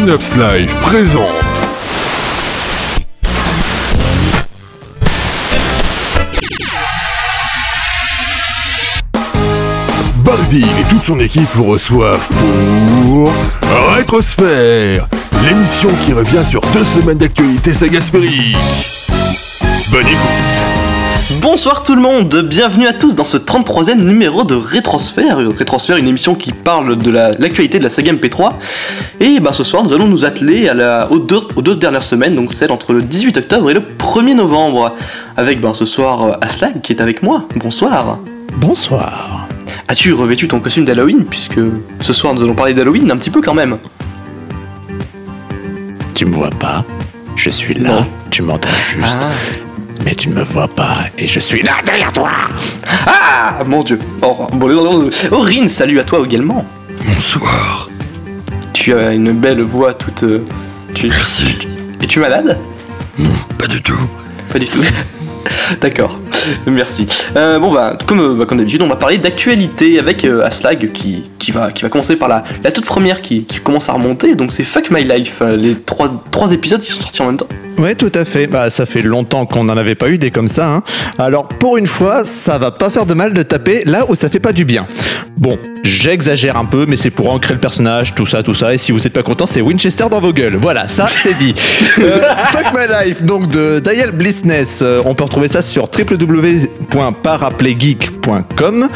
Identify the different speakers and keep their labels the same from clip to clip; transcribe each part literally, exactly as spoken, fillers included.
Speaker 1: Synops Live présente Bardil et toute son équipe vous reçoivent pour Rétrosphère, l'émission qui revient sur deux semaines d'actualité sagaspérique. Bonne écoute.
Speaker 2: Bonsoir tout le monde, bienvenue à tous dans ce trente-troisième numéro de Rétrosphère. Rétrosphère, une émission qui parle de la, l'actualité de la saga M P trois. Et bah, ce soir, nous allons nous atteler à la, aux, deux, aux deux dernières semaines, donc celle entre le dix-huit octobre et le premier novembre. Avec bah, ce soir Aslag qui est avec moi. Bonsoir.
Speaker 3: Bonsoir.
Speaker 2: As-tu revêtu ton costume d'Halloween, puisque ce soir nous allons parler d'Halloween un petit peu quand même.
Speaker 3: Tu me vois pas, je suis là, non. Tu m'entends juste. Ah. Mais tu ne me vois pas et je suis là derrière toi.
Speaker 2: Ah mon dieu. Oh, oh Rin, salut à toi également.
Speaker 1: Bonsoir.
Speaker 2: Tu as une belle voix toute... Euh, tu,
Speaker 1: Merci.
Speaker 2: Tu, es-tu malade?
Speaker 1: Non, pas du tout.
Speaker 2: Pas du tout. D'accord, merci. Euh, bon bah comme, bah, comme d'habitude, on va parler d'actualité avec euh, Aslag qui, qui, va, qui va commencer par la, la toute première qui, qui commence à remonter. Donc c'est Fuck My Life, les trois, trois épisodes qui sont sortis en même temps.
Speaker 3: Ouais, tout à fait. Bah, ça fait longtemps qu'on n'en avait pas eu des comme ça. Hein. Alors, pour une fois, ça va pas faire de mal de taper là où ça fait pas du bien. Bon, j'exagère un peu, mais c'est pour ancrer le personnage, tout ça, tout ça. Et si vous êtes pas content, c'est Winchester dans vos gueules. Voilà, ça, c'est dit. euh, Fuck My Life, donc de Dial Blissness. Euh, on peut retrouver ça sur w w w point paraplaygeek point com.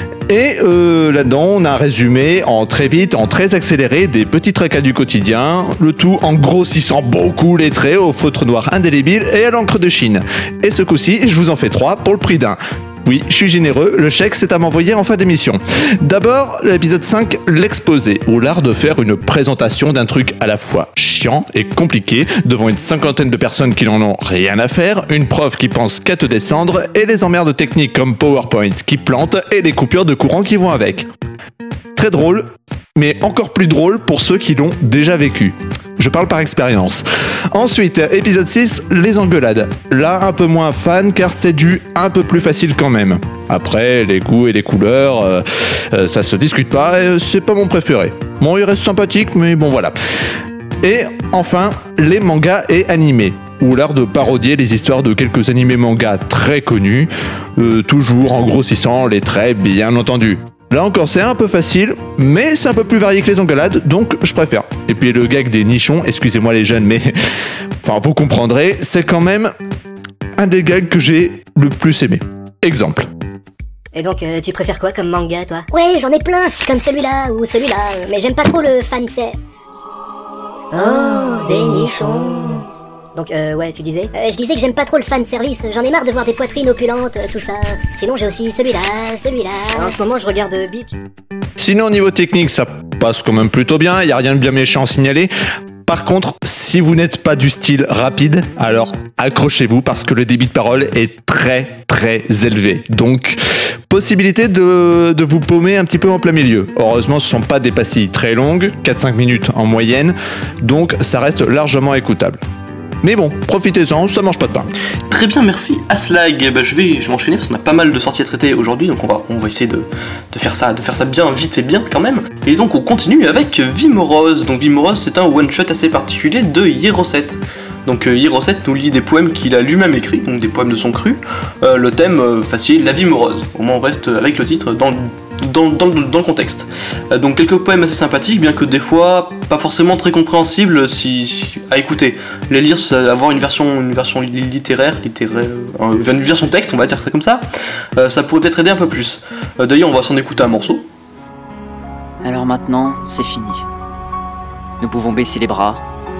Speaker 3: Et euh, là-dedans, on a un résumé en très vite, en très accéléré, des petits tracas du quotidien, le tout en grossissant beaucoup les traits au feutre noir indélébile et à l'encre de Chine. Et ce coup-ci, je vous en fais trois pour le prix d'un. Oui, je suis généreux, le chèque c'est à m'envoyer en fin d'émission. D'abord, l'épisode cinq, l'exposé, ou l'art de faire une présentation d'un truc à la fois chiant et compliqué, devant une cinquantaine de personnes qui n'en ont rien à faire, une prof qui pense qu'à te descendre, et les emmerdes techniques comme PowerPoint qui plantent, et les coupures de courant qui vont avec. Très drôle, mais encore plus drôle pour ceux qui l'ont déjà vécu. Je parle par expérience. Ensuite, épisode six, les engueulades. Là, un peu moins fan car c'est du un peu plus facile quand même. Après, les goûts et les couleurs, euh, euh, ça se discute pas et c'est pas mon préféré. Bon, il reste sympathique, mais bon voilà. Et enfin, les mangas et animés. Ou l'art de parodier les histoires de quelques animés mangas très connus, euh, toujours en grossissant les traits bien entendu. Là encore c'est un peu facile, mais c'est un peu plus varié que les engueulades, donc je préfère. Et puis le gag des nichons, excusez-moi les jeunes, mais enfin vous comprendrez, c'est quand même un des gags que j'ai le plus aimé. Exemple.
Speaker 4: Et donc euh, tu préfères quoi comme manga toi? Ouais, j'en ai plein, comme celui-là ou celui-là, mais j'aime pas trop le fan c'est. Oh, des nichons. Donc euh, ouais, tu disais euh, Je disais que j'aime pas trop le fanservice, j'en ai marre de voir des poitrines opulentes, tout ça. Sinon j'ai aussi celui-là, celui-là. En ce moment je regarde Beach.
Speaker 3: Sinon au niveau technique, ça passe quand même plutôt bien, il y a rien de bien méchant à signaler. Par contre, si vous n'êtes pas du style rapide, alors accrochez-vous parce que le débit de parole est très très élevé. Donc, possibilité de, de vous paumer un petit peu en plein milieu. Heureusement, ce ne sont pas des pastilles très longues, quatre à cinq minutes en moyenne, donc ça reste largement écoutable. Mais bon, profitez-en, ça mange pas de pain.
Speaker 2: Très bien, merci Aslag. Bah, je vais, je vais enchaîner parce qu'on a pas mal de sorties à traiter aujourd'hui, donc on va, on va essayer de, de faire ça, de faire ça bien vite et bien quand même. Et donc on continue avec Vimoros. Donc Vimoros, c'est un one-shot assez particulier de Hiroset. Donc euh, Hiroset nous lit des poèmes qu'il a lui-même écrits, donc des poèmes de son cru. Euh, le thème euh, facile, la vie morose. Au moins on reste avec le titre dans le Dans, dans, dans le contexte. Euh, donc quelques poèmes assez sympathiques, bien que des fois pas forcément très compréhensibles si, si à écouter. Les lire, avoir une version, une version littéraire, littéraire euh, une version texte, on va dire ça comme ça, euh, ça pourrait peut-être aider un peu plus. Euh, d'ailleurs, on va s'en écouter un morceau.
Speaker 5: Alors maintenant, c'est fini. Nous pouvons baisser les bras.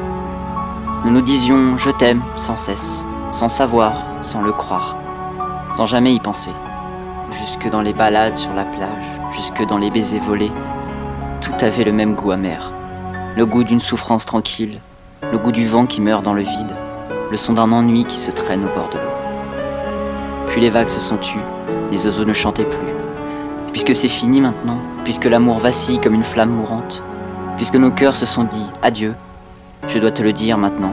Speaker 5: Nous nous disions « je t'aime » sans cesse, sans savoir, sans le croire, sans jamais y penser. Jusque dans les balades sur la plage, jusque dans les baisers volés, tout avait le même goût amer. Le goût d'une souffrance tranquille, le goût du vent qui meurt dans le vide, le son d'un ennui qui se traîne au bord de l'eau. Puis les vagues se sont tues, les oiseaux ne chantaient plus. Et puisque c'est fini maintenant, puisque l'amour vacille comme une flamme mourante, puisque nos cœurs se sont dit adieu, je dois te le dire maintenant.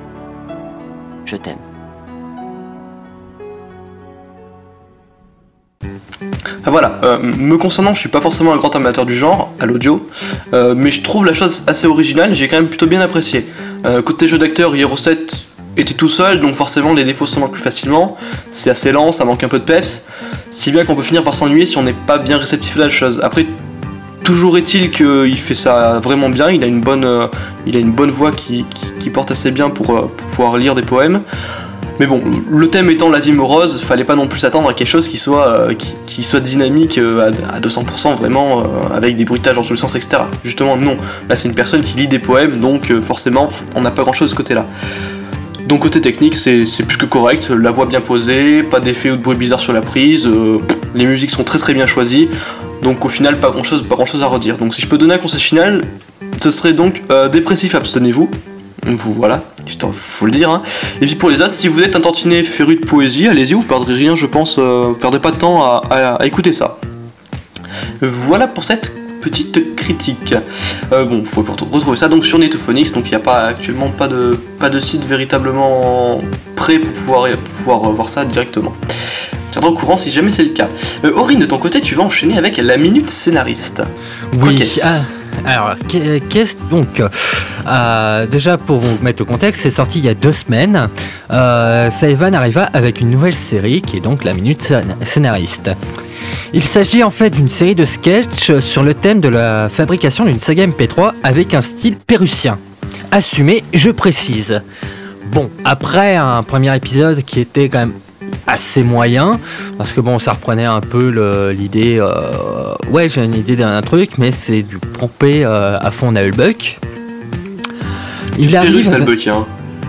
Speaker 5: Je t'aime.
Speaker 2: Voilà, euh, me concernant, je suis pas forcément un grand amateur du genre, à l'audio, euh, mais je trouve la chose assez originale, j'ai quand même plutôt bien apprécié. Euh, côté jeu d'acteur, Hero sept était tout seul, donc forcément les défauts se remarquent plus facilement, c'est assez lent, ça manque un peu de peps, si bien qu'on peut finir par s'ennuyer si on n'est pas bien réceptif à la chose. Après, toujours est-il qu'il fait ça vraiment bien, il a une bonne, euh, il a une bonne voix qui, qui, qui porte assez bien pour, euh, pour pouvoir lire des poèmes. Mais bon, le thème étant la vie morose, fallait pas non plus s'attendre à quelque chose qui soit, euh, qui, qui soit dynamique euh, à, à deux cents pour cent vraiment, euh, avec des bruitages dans tous les sens, et cetera. Justement, non. Là, c'est une personne qui lit des poèmes, donc euh, forcément, on n'a pas grand-chose de ce côté-là. Donc côté technique, c'est, c'est plus que correct, la voix bien posée, pas d'effet ou de bruit bizarre sur la prise, euh, les musiques sont très très bien choisies, donc au final, pas grand-chose, pas grand-chose à redire. Donc si je peux donner un conseil final, ce serait donc euh, dépressif, abstenez-vous. Vous voilà, faut le dire. Hein. Et puis pour les autres, si vous êtes un tantinet féru de poésie, allez-y, vous perdrez rien, je pense, euh, vous perdez pas de temps à, à, à écouter ça. Voilà pour cette petite critique. Euh, bon, vous pouvez retrouver ça donc sur Netophonix, donc il n'y a pas actuellement pas de pas de site véritablement prêt pour pouvoir pour pouvoir voir ça directement. Tiendra au courant si jamais c'est le cas. Euh, Aurine, de ton côté, tu vas enchaîner avec la minute scénariste.
Speaker 6: Oui. Qu'est-ce ah, alors, qu'est-ce donc euh, déjà pour vous mettre le contexte, c'est sorti il y a deux semaines. Euh, Saevan arriva avec une nouvelle série qui est donc la minute scénariste. Il s'agit en fait d'une série de sketchs sur le thème de la fabrication d'une saga M P trois avec un style pérussien. Assumé, je précise. Bon, après un premier épisode qui était quand même assez moyen, parce que bon, ça reprenait un peu le, l'idée, euh, ouais, j'ai une idée d'un truc, mais c'est du pompé euh, à fond Nullbuck.
Speaker 2: Il je arrive Nullbuck, hein.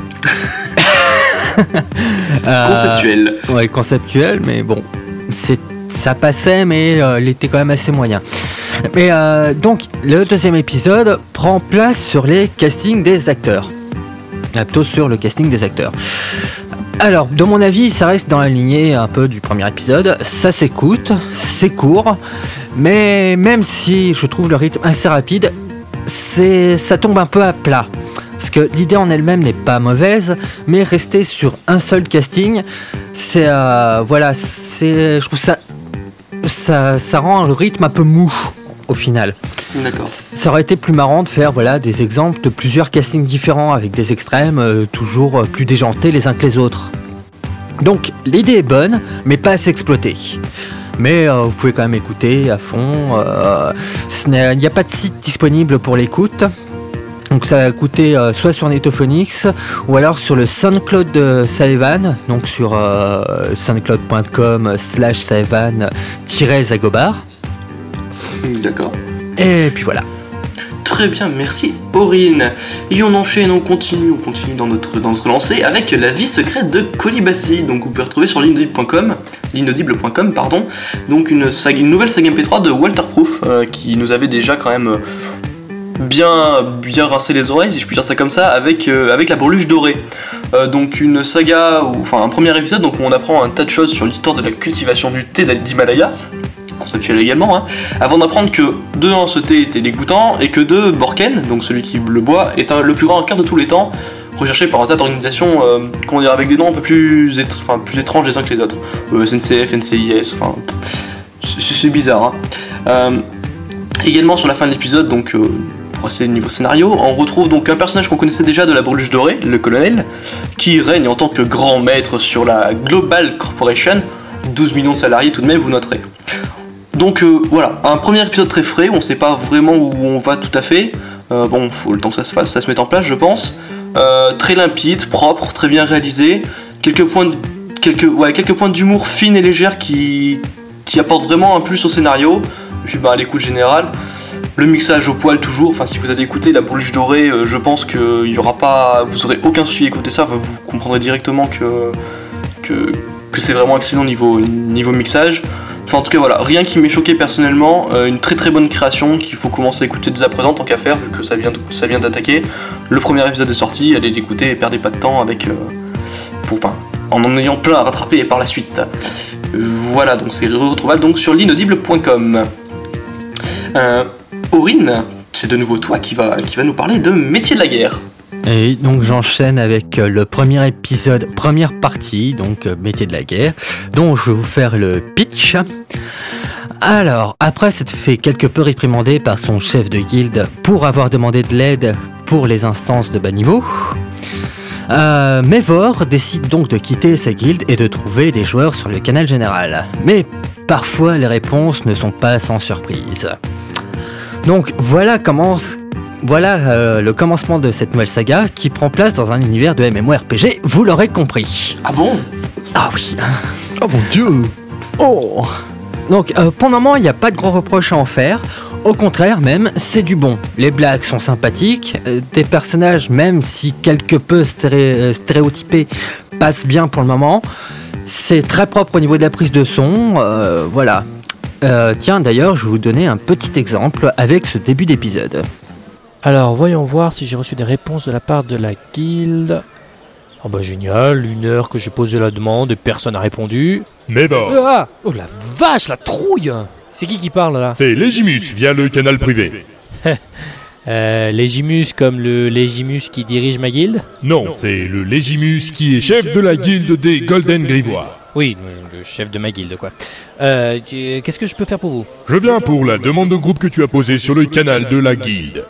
Speaker 2: euh, conceptuel.
Speaker 6: Ouais, conceptuel, mais bon, c'est, ça passait, mais euh, il était quand même assez moyen. Mais euh, donc, le deuxième épisode prend place sur les castings des acteurs. Plutôt sur le casting des acteurs. Alors, de mon avis, ça reste dans la lignée un peu du premier épisode. Ça s'écoute, c'est court, mais même si je trouve le rythme assez rapide, c'est, ça tombe un peu à plat. Parce que l'idée en elle-même n'est pas mauvaise, mais rester sur un seul casting, c'est euh, voilà, c'est, je trouve ça, ça, ça rend le rythme un peu mou au final.
Speaker 2: D'accord.
Speaker 6: Ça aurait été plus marrant de faire voilà, des exemples de plusieurs castings différents avec des extrêmes euh, toujours euh, plus déjantés les uns que les autres. Donc l'idée est bonne, mais pas assez exploitée. Mais euh, vous pouvez quand même écouter à fond. Euh, il n'y a pas de site disponible pour l'écoute. Donc ça a coûté euh, soit sur Netophonix ou alors sur le SoundCloud de Saevan, donc sur euh, soundcloud point com slash Saevan Zagobar.
Speaker 2: D'accord.
Speaker 6: Et puis voilà.
Speaker 2: Très bien, merci Aurine. Et on enchaîne, on continue, on continue dans notre, dans notre lancée avec la vie secrète de Colibassi. Donc vous pouvez retrouver sur l'inaudible point com, l'inaudible point com pardon. Donc une, saga, une nouvelle saga M P trois de Walterproof euh, qui nous avait déjà quand même euh, bien, bien rincé les oreilles, si je puis dire ça comme ça, avec, euh, avec la Breluche dorée. Euh, donc une saga, où, enfin un premier épisode donc où on apprend un tas de choses sur l'histoire de la cultivation du thé d'Himalaya. Conceptuel également, hein, avant d'apprendre que de un ce thé était dégoûtant et que deux Borken, donc celui qui le boit, est un, le plus grand hacker de tous les temps, recherché par un tas d'organisations, euh, comment dire, avec des noms un peu plus, étr- enfin, plus étranges les uns que les autres, euh, S N C F, N C I S, enfin, c'est, c'est bizarre. Hein. Euh, également sur la fin de l'épisode, donc euh, pour passer au niveau scénario, on retrouve donc un personnage qu'on connaissait déjà de la Breluche dorée, le colonel, qui règne en tant que grand maître sur la Global Corporation, douze millions de salariés tout de même, vous noterez. Donc euh, voilà, un premier épisode très frais, où on sait pas vraiment où on va tout à fait. Euh, bon, faut le temps que ça se fasse, ça se mette en place, je pense. Euh, très limpide, propre, très bien réalisé. Quelques points, de, quelques, ouais, quelques points d'humour fines et légères qui, qui apportent vraiment un plus au scénario. Et puis bah, à l'écoute générale, le mixage au poil toujours. Enfin, si vous avez écouté la Breluche dorée, euh, je pense que y aura pas, vous aurez aucun souci à écouter ça. Enfin, vous comprendrez directement que que, que c'est vraiment excellent niveau niveau mixage. Enfin en tout cas voilà, rien qui m'ait choqué personnellement, euh, une très très bonne création qu'il faut commencer à écouter dès à présent tant qu'à faire vu que ça vient, de, ça vient d'attaquer. Le premier épisode est sorti, allez l'écouter et perdez pas de temps avec, euh, pour, enfin, en en ayant plein à rattraper par la suite. Voilà, donc c'est retrouvable donc sur l'inaudible point com. Euh, Aurine, c'est de nouveau toi qui va, qui va nous parler de Métier de la guerre.
Speaker 6: Et donc j'enchaîne avec euh, le premier épisode, première partie, donc euh, métier de la guerre, dont je vais vous faire le pitch. Alors, après s'être fait quelque peu réprimander par son chef de guilde pour avoir demandé de l'aide pour les instances de bas niveau, euh, Mevor décide donc de quitter sa guilde et de trouver des joueurs sur le canal général. Mais parfois les réponses ne sont pas sans surprise. Donc voilà comment... Voilà euh, le commencement de cette nouvelle saga qui prend place dans un univers de MMORPG, vous l'aurez compris.
Speaker 2: Ah bon?
Speaker 6: Ah oui.
Speaker 3: Oh mon dieu.
Speaker 6: Oh. Donc euh, pour le moment, il n'y a pas de gros reproches à en faire. Au contraire même, c'est du bon. Les blagues sont sympathiques, euh, des personnages, même si quelque peu sté- stéréotypés, passent bien pour le moment. C'est très propre au niveau de la prise de son, euh, voilà. Euh, tiens, d'ailleurs, je vais vous donner un petit exemple avec ce début d'épisode.
Speaker 7: Alors, voyons voir si j'ai reçu des réponses de la part de la guilde. Oh bah génial, une heure que j'ai posé la demande et personne n'a répondu.
Speaker 8: Mevor,
Speaker 7: Ah oh la vache, la trouille. C'est qui qui parle là?
Speaker 8: c'est Légimus via le canal privé.
Speaker 7: Euh, Légimus comme le Légimus qui dirige ma guilde?
Speaker 8: Non, c'est le Légimus qui est chef de la guilde des Golden Grivois.
Speaker 7: Oui, le chef de ma guilde quoi. Euh, tu- qu'est-ce que je peux faire pour vous?
Speaker 8: Je viens pour la demande de groupe que tu as posée sur le canal de la guilde.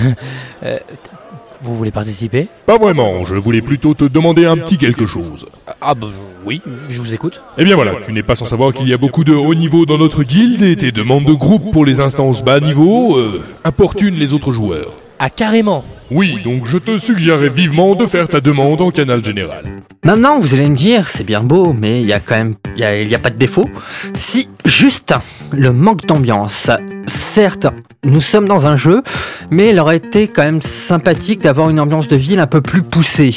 Speaker 7: Euh, t- Vous voulez participer?
Speaker 8: Pas vraiment, je voulais plutôt te demander un petit quelque chose.
Speaker 7: Ah bah oui, je vous écoute.
Speaker 8: Eh bien voilà, tu n'es pas sans savoir qu'il y a beaucoup de haut niveau dans notre guilde et tes demandes de groupe pour les instances bas niveau euh, importunent les autres joueurs.
Speaker 7: Ah carrément.
Speaker 8: Oui, donc je te suggérerais vivement de faire ta demande en canal général.
Speaker 6: Maintenant, vous allez me dire, c'est bien beau, mais il y a quand même, il y a, il y a pas de défaut. Si, juste, le manque d'ambiance. Certes, nous sommes dans un jeu, mais il aurait été quand même sympathique d'avoir une ambiance de ville un peu plus poussée.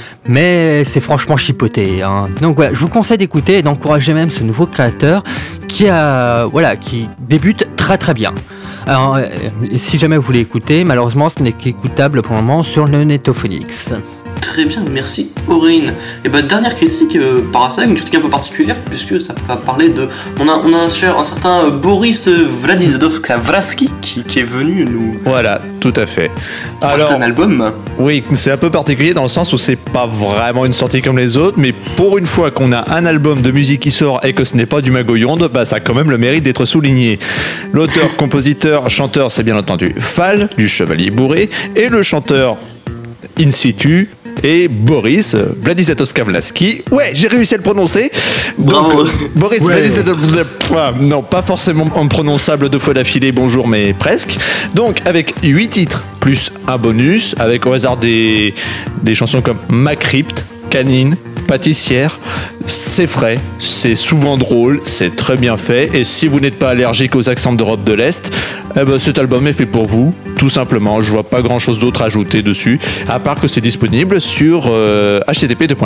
Speaker 6: Mais c'est franchement chipoté, hein. Donc voilà, je vous conseille d'écouter et d'encourager même ce nouveau créateur qui a, voilà, qui débute très très bien. Alors, euh, si jamais vous voulez écouter, malheureusement, ce n'est qu'écoutable pour le moment sur le Netophonix.
Speaker 2: Très bien, merci Aurine. Et bah dernière critique euh, par Asag, une critique un peu particulière puisque ça va parler de... On a, on a un, cher, un certain euh, Boris Vladislavski qui, qui est venu nous
Speaker 3: Voilà, tout à fait.
Speaker 2: porter un album.
Speaker 3: Oui, c'est un peu particulier dans le sens où c'est pas vraiment une sortie comme les autres, mais pour une fois qu'on a un album de musique qui sort et que ce n'est pas du Magoyonde, bah ça a quand même le mérite d'être souligné. L'auteur, compositeur, chanteur, c'est bien entendu Fall, du Chevalier Bourré, et le chanteur in situ et Boris Vladislavski. Ouais, j'ai réussi à le prononcer. Donc,
Speaker 2: Bravo.
Speaker 3: euh, Boris
Speaker 6: Ouais.
Speaker 3: Vladislavski. Non, pas forcément imprononçable deux fois d'affilée, bonjour, mais presque. Donc, avec huit titres, plus un bonus, avec au hasard des, des chansons comme Ma Crypte, Canine, Pâtissière. C'est frais, c'est souvent drôle, c'est très bien fait. Et si vous n'êtes pas allergique aux accents d'Europe de l'Est, eh ben, cet album est fait pour vous, tout simplement. Je vois pas grand chose d'autre à ajouter dessus, à part que c'est disponible sur euh, h t t p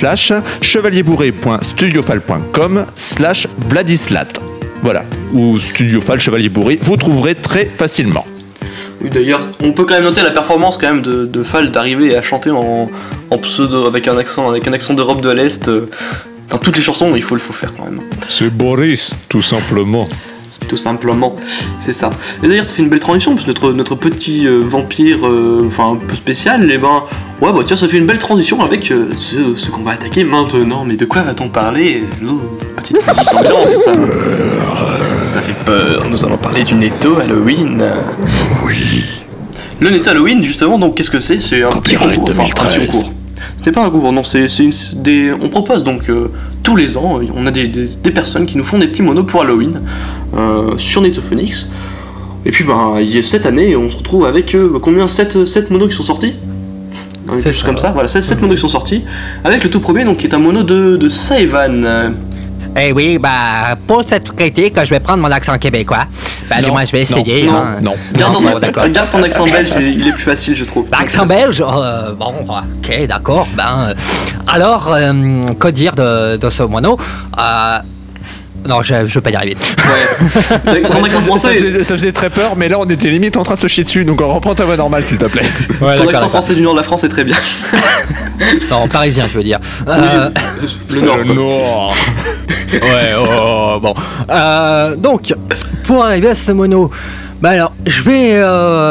Speaker 3: chevalierbourré.studiofal.com slash vladislat. Voilà, ou Studiofal Chevalier Bourré, vous trouverez très facilement.
Speaker 2: Oui, d'ailleurs, on peut quand même noter la performance quand même de, de Fall d'arriver à chanter en, en pseudo avec un accent avec un accent d'Europe de l'Est. euh, Dans toutes les chansons, il faut le faut faire quand même.
Speaker 3: C'est Boris, tout simplement.
Speaker 2: Tout simplement, c'est ça. Et d'ailleurs, ça fait une belle transition parce que notre, notre petit euh, vampire, euh, enfin un peu spécial, et ben, ouais, bah tiens, ça fait une belle transition avec euh, ce, ce qu'on va attaquer maintenant. Mais de quoi va-t-on parler? Ouh, petite musique d'ambiance. Ça. Ça fait peur. Nous allons parler du Netto Halloween. Oui. Le Netto Halloween, justement, donc qu'est-ce que c'est? C'est un petit
Speaker 3: Copyright
Speaker 2: concours. Enfin, un petit
Speaker 3: deux mille treize.
Speaker 2: concours. C'était pas un concours, non, c'est c'est une- c'est des. On propose donc euh, tous les ans, on a des, des, des personnes qui nous font des petits monos pour Halloween euh, sur Netophonix. Et puis ben, il y a cette année, on se retrouve avec euh, bah, combien sept monos qui sont sortis. Quelque chose
Speaker 6: ça,
Speaker 2: comme ça, voilà, sept monos qui sont sortis. Avec le tout premier, donc qui est un mono de, de Saevan. euh,
Speaker 6: Eh oui, bah, pour cette critique, je vais prendre mon accent québécois. Bah,
Speaker 3: Non,
Speaker 6: moi, je vais
Speaker 3: non,
Speaker 6: essayer.
Speaker 3: non,
Speaker 6: hein.
Speaker 3: non.
Speaker 2: Garde, ton,
Speaker 6: bon, d'accord.
Speaker 2: garde ton accent belge, il est plus facile, je trouve.
Speaker 6: L'accent belge, euh, bon, ok, d'accord. Ben, euh, alors, euh, que dire de, de ce mono euh, Non, je, je veux pas y arriver.
Speaker 2: Ouais. Ton accent
Speaker 3: Ça, ça
Speaker 2: français,
Speaker 3: faisait, ça faisait très peur, mais là on était limite en train de se chier dessus, donc on reprend ta voix normale s'il te plaît.
Speaker 6: Ouais,
Speaker 2: ton
Speaker 6: d'accord,
Speaker 2: accent
Speaker 6: d'accord.
Speaker 2: français du nord de la France est très bien.
Speaker 6: Non, parisien, je veux dire. Euh,
Speaker 2: Le nord. quoi.
Speaker 3: Nord.
Speaker 6: Ouais, oh, bon. Euh, donc, pour arriver à ce mono, bah alors, je vais, euh,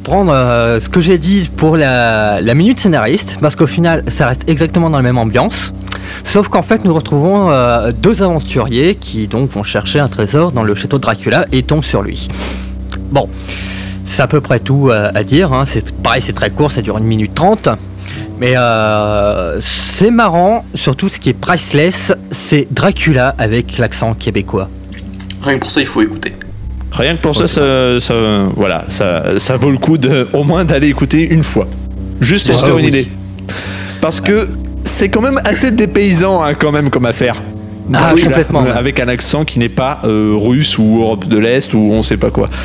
Speaker 6: prendre euh, ce que j'ai dit pour la, la minute scénariste, parce qu'au final, ça reste exactement dans la même ambiance. Sauf qu'en fait, nous retrouvons euh, deux aventuriers qui donc vont chercher un trésor dans le château de Dracula et tombent sur lui. Bon, c'est à peu près tout euh, à dire. Hein. C'est pareil, c'est très court, ça dure une minute trente. Mais euh, c'est marrant, surtout ce qui est priceless, c'est Dracula avec l'accent québécois.
Speaker 2: Rien que pour ça, il faut écouter.
Speaker 3: Rien que pour ça, ça, ça, voilà, ça, ça vaut le coup de, au moins d'aller écouter une fois. Juste pour se faire une idée. Parce que c'est quand même assez dépaysant hein, quand même comme affaire.
Speaker 6: Ah,
Speaker 3: Dracula,
Speaker 6: complètement.
Speaker 3: euh, avec un accent qui n'est pas euh, russe ou Europe de l'Est ou on sait pas quoi.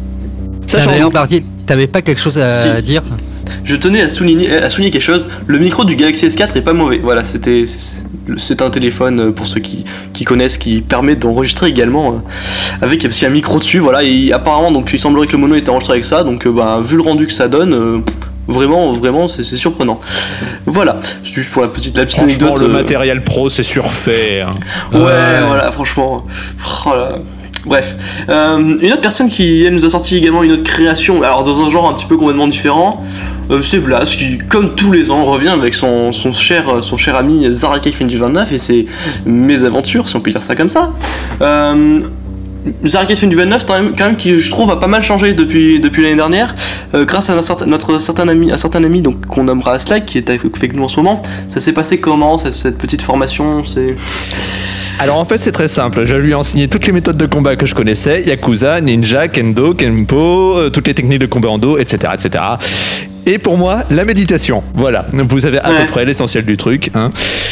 Speaker 3: Ça
Speaker 6: Tiens,
Speaker 3: change
Speaker 6: d'ailleurs,
Speaker 3: tout.
Speaker 6: Bardier, t'avais pas quelque chose à
Speaker 2: Si.
Speaker 6: dire?
Speaker 2: Je tenais à souligner, à souligner quelque chose, le micro du Galaxy S quatre est pas mauvais. Voilà, c'était, c'est un téléphone pour ceux qui, qui connaissent, qui permet d'enregistrer également euh, avec aussi un micro dessus. Voilà, et apparemment, donc il semblerait que le mono était enregistré avec ça, donc euh, bah, vu le rendu que ça donne, euh, vraiment, vraiment, c'est, c'est surprenant. Voilà, c'est juste pour la petite, la petite
Speaker 3: Franchement,
Speaker 2: anecdote.
Speaker 3: le
Speaker 2: euh,
Speaker 3: matériel pro, c'est surfait. Hein.
Speaker 2: Ouais,
Speaker 6: Ouais.
Speaker 2: voilà, franchement. Oh là. Bref, euh, une autre personne qui elle nous a sorti également une autre création, alors dans un genre un petit peu complètement différent, euh, c'est Blas qui, comme tous les ans, revient avec son, son, cher, son cher ami Zaraka F N J vingt-neuf et ses mésaventures, si on peut dire ça comme ça. Euh, Zaraka F N J vingt-neuf, quand même, quand même, qui je trouve a pas mal changé depuis, depuis l'année dernière, euh, grâce à notre, certain- notre certain ami, un certain ami donc, qu'on nommera Aslak, qui est avec nous en ce moment. Ça s'est passé comment, cette, cette petite formation c'est...
Speaker 3: Alors en fait c'est très simple, je lui ai enseigné toutes les méthodes de combat que je connaissais, Yakuza, Ninja, Kendo, Kenpo, euh, toutes les techniques de combat en dos, et cetera et cetera. Et pour moi, la méditation, voilà, vous avez à
Speaker 2: Ouais.
Speaker 3: peu près l'essentiel du truc. Hein.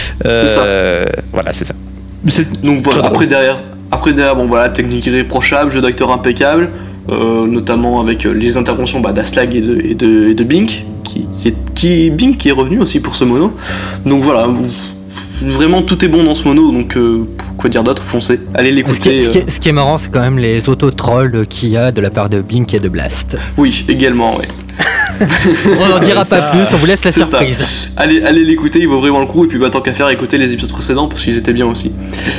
Speaker 3: Euh, Voilà, c'est ça. C'est
Speaker 2: Donc voilà,
Speaker 3: très
Speaker 2: après
Speaker 3: drôle.
Speaker 2: derrière, après derrière, bon voilà, technique irréprochable, jeu d'acteur impeccable, euh, notamment avec euh, les interventions bah, d'Aslag et de, et de, et de Bink, qui, qui est, qui, Bink qui est revenu aussi pour ce mono. Donc voilà, vous, vraiment tout est bon dans ce mono, donc euh, quoi dire d'autre, foncez, allez
Speaker 6: Ce qui,
Speaker 2: l'écouter.
Speaker 6: est, ce qui
Speaker 2: euh,
Speaker 6: est- ce qui est marrant, c'est quand même les auto-trolls qu'il y a de la part de Blink et de Blast.
Speaker 2: Oui, également, ouais.
Speaker 6: On n'en dira pas plus, on vous laisse la
Speaker 2: C'est ça.
Speaker 6: surprise.
Speaker 2: Allez, allez l'écouter, il vaut vraiment le coup. Et puis, bah, tant qu'à faire, écouter les épisodes précédents parce qu'ils étaient bien aussi.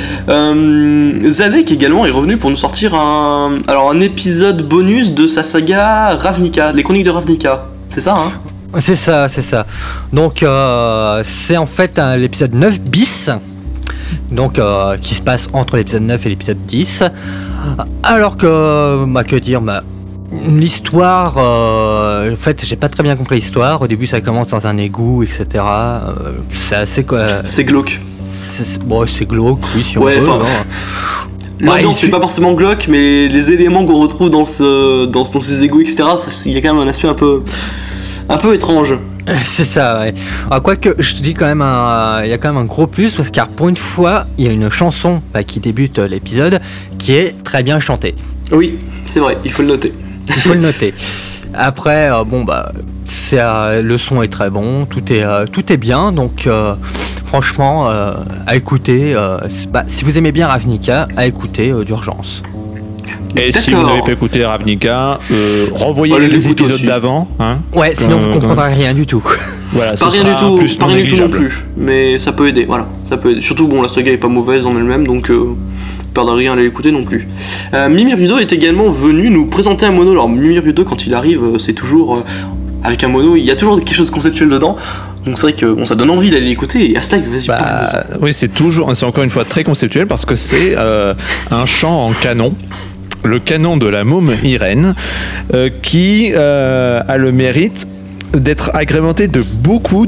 Speaker 2: Euh, Zadek également est revenu pour nous sortir un, alors un épisode bonus de sa saga Ravnica, les chroniques de Ravnica. C'est ça, hein?
Speaker 6: C'est ça, c'est ça. Donc, euh, c'est en fait un- l'épisode neuf bis, donc euh, qui se passe entre l'épisode neuf et l'épisode dix. Alors que, bah, que dire, bah, l'histoire, euh, en fait, j'ai pas très bien compris l'histoire. Au début, ça commence dans un égout, et cetera. Euh, c'est assez quoi.
Speaker 2: C'est glauque.
Speaker 6: C'est, c'est- bon, c'est glauque, oui, si on
Speaker 2: Ouais,
Speaker 6: veut.
Speaker 2: enfin,
Speaker 6: hein.
Speaker 2: L'ambiance
Speaker 6: Ouais, il
Speaker 2: n'est
Speaker 6: suit-
Speaker 2: pas forcément glauque, mais les éléments qu'on retrouve dans, ce, dans, dans ces égouts, et cetera, ça- il y a quand même un aspect un peu, un peu étrange.
Speaker 6: C'est ça, ouais. Alors, quoique, je te dis quand même, un- il y a quand même un gros plus, parce- car pour une fois, il y a une chanson bah, qui débute euh, l'épisode qui est très bien chantée.
Speaker 2: Oui, c'est vrai, il faut le noter.
Speaker 6: Il faut le noter. Après, euh, bon, bah, c'est, euh, le son est très bon, tout est, euh, tout est bien, donc euh, franchement, euh, à écouter, euh, c'est- bah, si vous aimez bien Ravnica, à écouter euh, d'urgence.
Speaker 3: Et si
Speaker 2: D'accord.
Speaker 3: vous n'avez pas écouté Ravnica, euh, revoyez
Speaker 2: Allez
Speaker 3: les
Speaker 2: l'écouter
Speaker 3: épisodes
Speaker 2: aussi.
Speaker 3: d'avant. Hein.
Speaker 6: Ouais, sinon
Speaker 3: Euh,
Speaker 6: vous comprendrez rien du tout.
Speaker 3: Voilà,
Speaker 2: Pas
Speaker 3: ce
Speaker 2: rien
Speaker 3: sera
Speaker 2: du tout,
Speaker 3: plus
Speaker 2: pas
Speaker 3: non
Speaker 2: rien du tout non
Speaker 3: négligeable.
Speaker 2: plus, mais ça peut aider, voilà, ça peut aider. Surtout bon, la saga est pas mauvaise en elle-même, donc euh, perdre rien à l'écouter non plus. Euh, Mimi Rudo est également venu nous présenter un mono. Alors Mimi Rudo, quand il arrive, euh, c'est toujours euh, avec un mono, il y a toujours quelque chose de conceptuel dedans. Donc c'est vrai que bon, ça donne envie d'aller l'écouter. Et Aslak, vas-y.
Speaker 3: Bah,
Speaker 2: parle de ça.
Speaker 3: oui, c'est toujours, c'est encore une fois très conceptuel parce que c'est euh, un chant en canon. Le canon de la môme Irène, euh, qui euh, a le mérite d'être agrémenté de beaucoup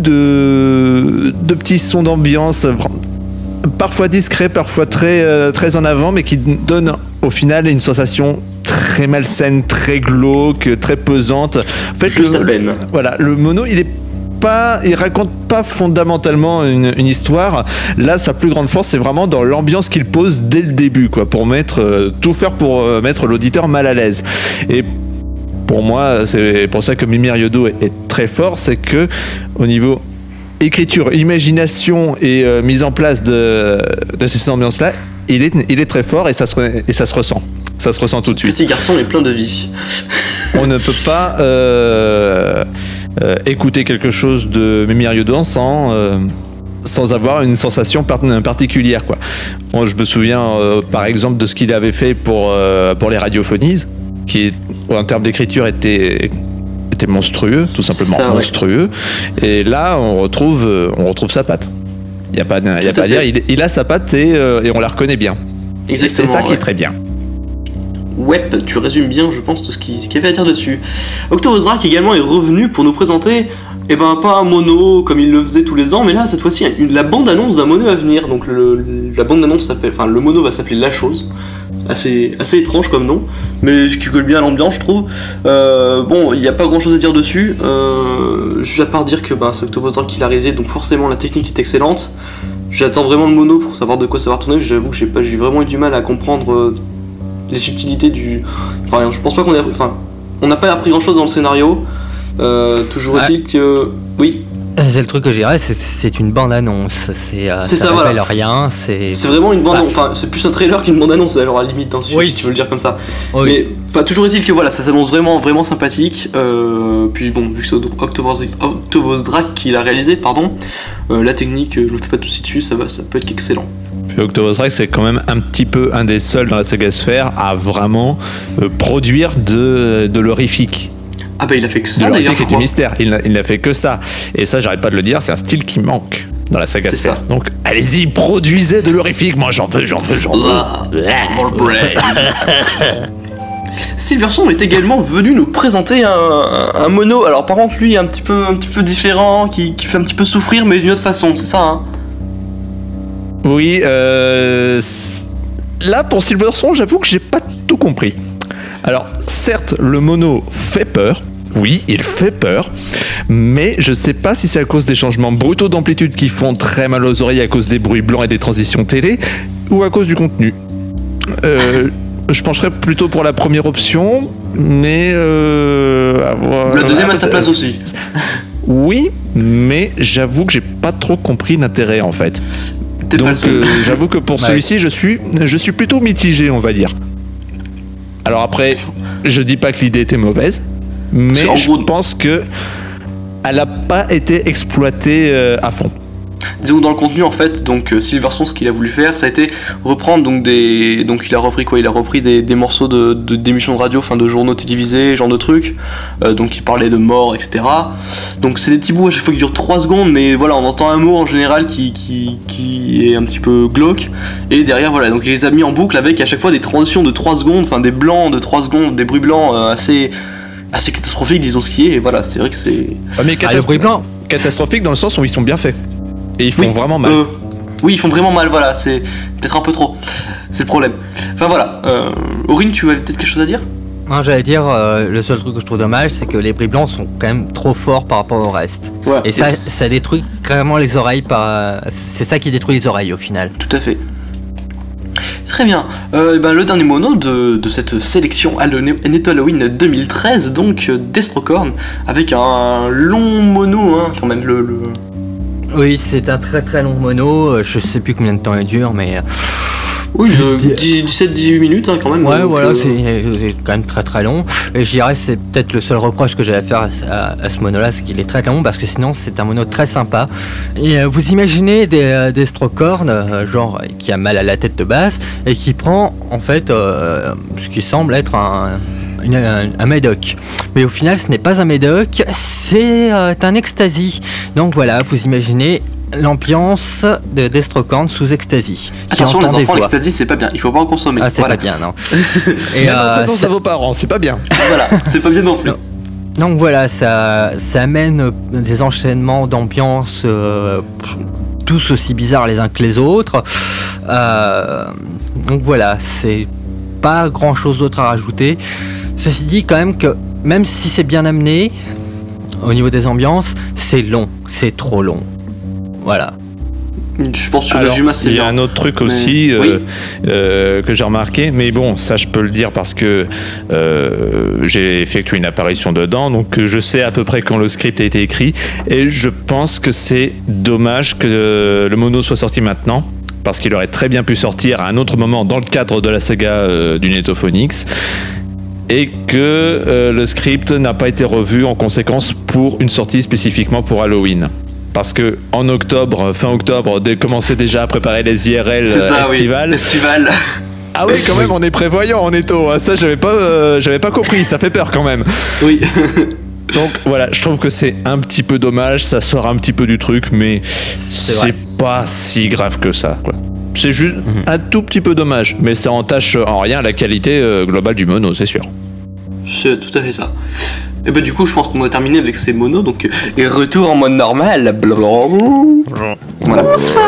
Speaker 3: de, de petits sons d'ambiance, vra- parfois discrets, parfois très, euh, très en avant, mais qui donnent au final une sensation très malsaine, très glauque, très pesante. En fait,
Speaker 2: Juste
Speaker 3: le-
Speaker 2: à peine.
Speaker 3: Voilà, le mono, il est pas, il raconte pas fondamentalement une, une histoire. Là, sa plus grande force, c'est vraiment dans l'ambiance qu'il pose dès le début, quoi, pour mettre euh, tout faire pour euh, mettre l'auditeur mal à l'aise. Et pour moi, c'est pour ça que Mimi Ryodo est, est très fort, c'est que au niveau écriture, imagination et euh, mise en place de, de ces ambiances-là, il est, il est très fort et ça se, re- et ça se ressent. Ça se ressent tout de suite.
Speaker 2: Petit garçon est plein de vie.
Speaker 3: On ne peut pas euh, euh, écouter quelque chose de Mimi Ryodo sans, euh, sans avoir une sensation par- particulière, quoi. Moi, je me souviens euh, par exemple de ce qu'il avait fait pour, euh, pour les radiophonies, qui en termes d'écriture était était monstrueux, tout simplement
Speaker 2: Ça, ouais.
Speaker 3: monstrueux. Et là, on retrouve, euh, on retrouve sa patte. Il y a pas, il y a
Speaker 2: Tout à
Speaker 3: pas à dire.
Speaker 2: fait.
Speaker 3: Il, il a sa patte et, euh, et on la reconnaît bien.
Speaker 2: Exactement.
Speaker 3: Et c'est ça qui
Speaker 2: ouais.
Speaker 3: est très bien.
Speaker 2: Ouais, tu résumes bien, je pense, tout ce qu'il ce qu'il y avait à dire dessus. Octavos également est revenu pour nous présenter, eh ben, pas un mono comme il le faisait tous les ans, mais là, cette fois-ci, une- la bande-annonce d'un mono à venir. Donc, le, le- la bande-annonce s'appelle, enfin, le mono va s'appeler La Chose. Assez, assez étrange comme nom, mais qui colle bien à l'ambiance, je trouve. Euh, bon, il n'y a pas grand-chose à dire dessus, euh, juste à part dire que bah, c'est Octavos qui l'a réalisé, donc forcément la technique est excellente. J'attends vraiment le mono pour savoir de quoi ça va retourner. J'avoue que j'ai pas, j'ai vraiment eu du mal à comprendre euh, les subtilités du. Enfin, je pense pas qu'on ait. Enfin, on n'a pas appris grand chose dans le scénario. Euh, toujours
Speaker 6: Ouais.
Speaker 2: est-il que. Oui,
Speaker 6: C'est le truc que je dirais, c'est, c'est une bande-annonce. C'est, euh,
Speaker 2: C'est ça,
Speaker 6: révèle
Speaker 2: voilà.
Speaker 6: rien. C'est,
Speaker 2: c'est vraiment une bande.
Speaker 6: Bah.
Speaker 2: Enfin, c'est plus un trailer qu'une bande-annonce, alors à la limite, hein, si,
Speaker 6: Oui.
Speaker 2: si tu veux le dire comme ça.
Speaker 6: Oui.
Speaker 2: Mais enfin, toujours est-il que voilà, ça s'annonce vraiment, vraiment sympathique. Euh, puis bon, vu que c'est Octavos Octavos Drac qui l'a réalisé, pardon, euh, la technique, euh, je ne fais pas tout de suite dessus, ça va, ça peut être excellent.
Speaker 3: Puis Octavos Rex, c'est quand même un petit peu un des seuls dans la saga Sphère à vraiment euh, produire de, de l'horrifique.
Speaker 2: Ah bah il a fait que
Speaker 3: De
Speaker 2: ça d'ailleurs,
Speaker 3: l'horrifique
Speaker 2: je
Speaker 3: et du
Speaker 2: crois.
Speaker 3: mystère. Il n'a, il n'a fait que ça. Et ça, j'arrête pas de le dire, c'est un style qui manque dans la saga
Speaker 2: C'est
Speaker 3: Sphère.
Speaker 2: ça.
Speaker 3: Donc, allez-y, produisez de l'horrifique. Moi, j'en veux, j'en veux, j'en veux.
Speaker 2: Ah, more brains. Silverson est également venu nous présenter un, un, un mono. Alors par contre lui un petit peu un petit peu différent, qui, qui fait un petit peu souffrir mais d'une autre façon, c'est ça hein.
Speaker 3: Oui, euh, c- là, pour Silverson, j'avoue que j'ai pas tout compris. Alors, certes, le mono fait peur. Oui, il fait peur, mais je sais pas si c'est à cause des changements brutaux d'amplitude qui font très mal aux oreilles à cause des bruits blancs et des transitions télé, ou à cause du contenu. Euh, je pencherais plutôt pour la première option, mais euh, avoir-
Speaker 2: La deuxième a
Speaker 3: ah,
Speaker 2: sa place aussi.
Speaker 3: Oui, mais j'avoue que j'ai pas trop compris l'intérêt en fait.
Speaker 2: T'es pas
Speaker 3: Donc
Speaker 2: le seul.
Speaker 3: euh, j'avoue que pour
Speaker 6: Ouais.
Speaker 3: celui-ci, je suis, je suis plutôt mitigé, on va dire. Alors après, je dis pas que l'idée était mauvaise, mais
Speaker 2: C'est en
Speaker 3: je
Speaker 2: gros-
Speaker 3: pense que elle n'a pas été exploitée euh, à fond.
Speaker 2: Disons dans le contenu en fait, donc euh, Silverson ce qu'il a voulu faire ça a été reprendre donc des. Donc il a repris quoi Il a repris des, des morceaux de, de- d'émissions de radio, enfin de journaux télévisés, genre de trucs. Euh, donc il parlait de mort, et cetera. Donc c'est des petits bouts à chaque fois qui durent trois secondes, mais voilà, on entend un mot en général qui, qui, qui est un petit peu glauque. Et derrière voilà, donc il les a mis en boucle avec à chaque fois des transitions de trois secondes, enfin des blancs de trois secondes, des bruits blancs euh, assez. assez catastrophiques, disons ce qui est, et voilà, c'est vrai que c'est.
Speaker 3: mais
Speaker 6: Ah, le bruit blanc.
Speaker 3: catastrophique dans le sens où ils sont bien faits. Et ils font
Speaker 2: Oui,
Speaker 3: vraiment mal.
Speaker 2: euh, oui, ils font vraiment mal, voilà, c'est peut-être un peu trop. C'est le problème. Enfin voilà. Euh, Aurine, tu avais peut-être quelque chose à dire
Speaker 6: Non, j'allais dire, euh, le seul truc que je trouve dommage, c'est que les bruits blancs sont quand même trop forts par rapport au reste.
Speaker 2: Ouais.
Speaker 6: Et ça, ça détruit carrément les oreilles. Par... C'est ça qui détruit les oreilles au final.
Speaker 2: Tout à fait. Très bien. Euh, ben, le dernier mono de, de cette sélection Halloween Halloween deux mille treize, donc euh, Destrocorn, avec un long mono, hein, quand même. Le, le...
Speaker 6: Oui, c'est un très très long mono. euh, Je sais plus combien de temps il dure, mais. euh,
Speaker 2: Oui, de dix-sept dix-huit minutes, hein, quand même.
Speaker 6: Ouais,
Speaker 2: donc,
Speaker 6: voilà,
Speaker 2: euh,
Speaker 6: c'est c'est quand même très très long. Et je dirais c'est peut-être le seul reproche que j'ai à faire à, ce- à- à ce mono-là, c'est qu'il est très long, parce que sinon c'est un mono très sympa. Et euh, vous imaginez des, euh, des Destrocorn, euh, genre euh, qui a mal à la tête de base, et qui prend en fait euh, ce qui semble être un, une- un, un médoc. Mais au final ce n'est pas un médoc, c'est euh, un ecstasy. Donc voilà, vous imaginez l'ambiance de Destrocorn sous ecstasy. qui
Speaker 2: Attention les
Speaker 6: entend des
Speaker 2: enfants,
Speaker 6: voix.
Speaker 2: l'ecstasy c'est pas bien, il faut pas en consommer.
Speaker 6: Ah, c'est
Speaker 2: voilà.
Speaker 6: pas bien, non. Et,
Speaker 3: Même en
Speaker 6: euh,
Speaker 3: présence
Speaker 6: ça-
Speaker 3: de vos parents, c'est pas bien.
Speaker 2: Voilà, c'est pas bien non plus.
Speaker 6: Non. Donc voilà, ça, ça amène euh, des enchaînements d'ambiance euh, pff, tous aussi bizarres les uns que les autres. Euh, donc voilà, c'est pas grand chose d'autre à rajouter. Ceci dit, quand même que même si c'est bien amené au niveau des ambiances, c'est long, c'est trop long. Voilà.
Speaker 2: Je pense que tu
Speaker 3: Alors,
Speaker 2: résumes assez
Speaker 3: il y a
Speaker 2: bien.
Speaker 3: un autre truc
Speaker 2: Mais-
Speaker 3: aussi euh,
Speaker 2: oui.
Speaker 3: euh, que j'ai remarqué, mais bon, ça je peux le dire parce que euh, j'ai effectué une apparition dedans, donc euh, je sais à peu près quand le script a été écrit, et je pense que c'est dommage que euh, le mono soit sorti maintenant, parce qu'il aurait très bien pu sortir à un autre moment dans le cadre de la saga euh, du Netophonix, et que euh, le script n'a pas été revu en conséquence pour une sortie spécifiquement pour Halloween. Parce que en octobre, fin octobre, dès commencer déjà à préparer les I R L
Speaker 2: C'est ça,
Speaker 3: euh, estivales.
Speaker 2: oui. Estival.
Speaker 3: Ah oui, quand même, on est prévoyant en étau. hein. Ça, j'avais pas, euh, j'avais pas compris. Ça fait peur quand même.
Speaker 2: Oui.
Speaker 3: Donc voilà, je trouve que c'est un petit peu dommage, ça sort un petit peu du truc, mais c'est, c'est pas si grave que ça, quoi. C'est juste mm-hmm. un tout petit peu dommage, mais ça entache en rien la qualité euh, globale du mono, c'est sûr.
Speaker 2: C'est tout à fait ça. Et bah du coup, je pense qu'on va terminer avec ces monos, donc et retour en mode normal. Blablabla. Voilà.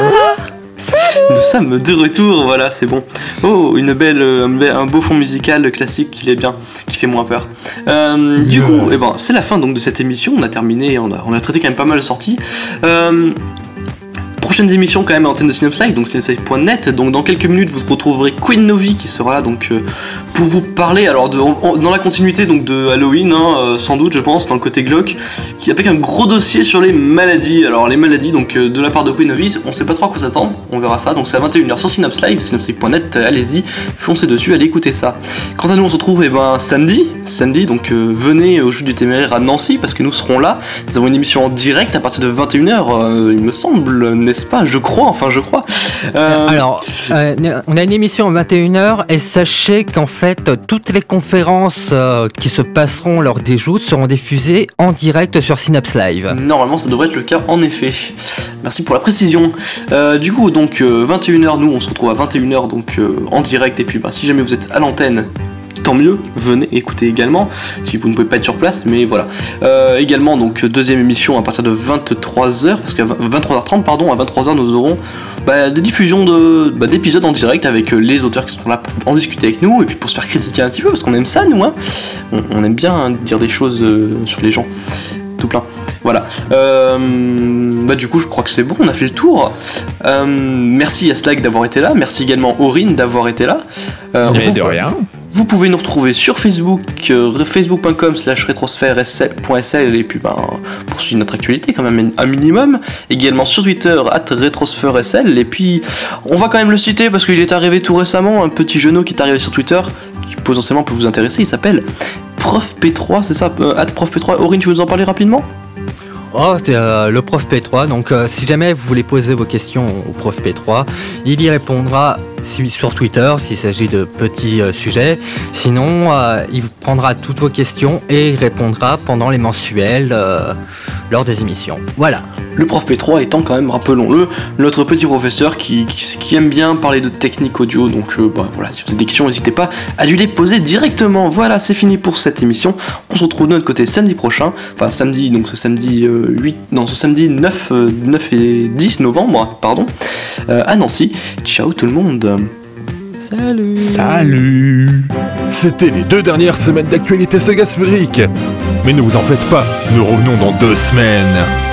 Speaker 2: Nous sommes de retour, voilà, c'est bon. Oh, une belle, un beau fond musical classique qui est bien, qui fait moins peur. Euh, du coup, eh ben, c'est la fin donc de cette émission. On a terminé, on a, on a traité quand même pas mal de sorties. Euh, Prochaines émissions quand même à l'antenne de Synopslive, donc synopslive point net. Donc dans quelques minutes vous retrouverez Queen Novi qui sera là donc euh, pour vous parler alors de, en, dans la continuité donc de Halloween hein, euh, sans doute je pense dans le côté glauque, qui avec un gros dossier sur les maladies. Alors les maladies donc euh, de la part de Queen Novi, on sait pas trop à quoi s'attendre, on verra ça. Donc c'est à vingt et une heures sur Synopslive, synopslive point net. Allez-y, foncez dessus, allez écouter ça. Quant à nous on se retrouve eh ben samedi, samedi donc euh, venez au jeu du téméraire à Nancy parce que nous serons là. Nous avons une émission en direct à partir de vingt et une heures euh, il me semble, n'est-ce pas? Je crois, enfin je crois. Euh...
Speaker 6: Alors, euh, on a une émission à vingt et une heures et sachez qu'en fait, toutes les conférences euh, qui se passeront lors des joutes seront diffusées en direct sur Synapse Live.
Speaker 2: Normalement, ça devrait être le cas en effet. Merci pour la précision. Euh, du coup, donc euh, vingt et une heures, nous on se retrouve à vingt et une heures donc euh, en direct et puis bah, si jamais vous êtes à l'antenne, tant mieux, venez écouter également si vous ne pouvez pas être sur place, mais voilà. Euh, également donc deuxième émission à partir de vingt-trois heures, parce qu'à vingt-trois heures trente pardon, à vingt-trois heures nous aurons bah, des diffusions de, bah, d'épisodes en direct avec les auteurs qui seront là pour en discuter avec nous et puis pour se faire critiquer un petit peu parce qu'on aime ça nous hein. On, on aime bien hein, dire des choses euh, sur les gens, tout plein. Voilà. Euh, bah du coup je crois que c'est bon, on a fait le tour. Euh, merci à Slag d'avoir été là, merci également Aurine d'avoir été là.
Speaker 3: Euh, Et de rien.
Speaker 2: Vous pouvez nous retrouver sur Facebook, euh, facebook point com slash rétrosphère point s l et puis ben, pour suivre notre actualité quand même un minimum. Également sur Twitter, arobase rétrosphère point s l et puis on va quand même le citer parce qu'il est arrivé tout récemment, un petit genou qui est arrivé sur Twitter, qui potentiellement peut vous intéresser, il s'appelle Prof P trois, c'est ça, euh, arobase Prof P trois. Aurine, tu veux nous en parler rapidement ?
Speaker 6: Oh, c'est euh, le prof P trois, donc euh, si jamais vous voulez poser vos questions au prof P trois, il y répondra sur Twitter s'il s'agit de petits euh, sujets. Sinon, euh, il prendra toutes vos questions et il répondra pendant les mensuels euh, lors des émissions. Voilà.
Speaker 2: Le prof P trois étant quand même, rappelons-le, notre petit professeur qui, qui, qui aime bien parler de technique audio. Donc euh, bah, voilà, si vous avez des questions, n'hésitez pas à lui les poser directement. Voilà, c'est fini pour cette émission. On se retrouve de notre côté samedi prochain. Enfin samedi, donc ce samedi euh, huit, non ce samedi neuf, euh, neuf et dix novembre, pardon, euh, à Nancy. Ciao tout le monde.
Speaker 6: Salut.
Speaker 3: Salut.
Speaker 1: C'était les deux dernières semaines d'actualité sagasphérique. Mais ne vous en faites pas, nous revenons dans deux semaines.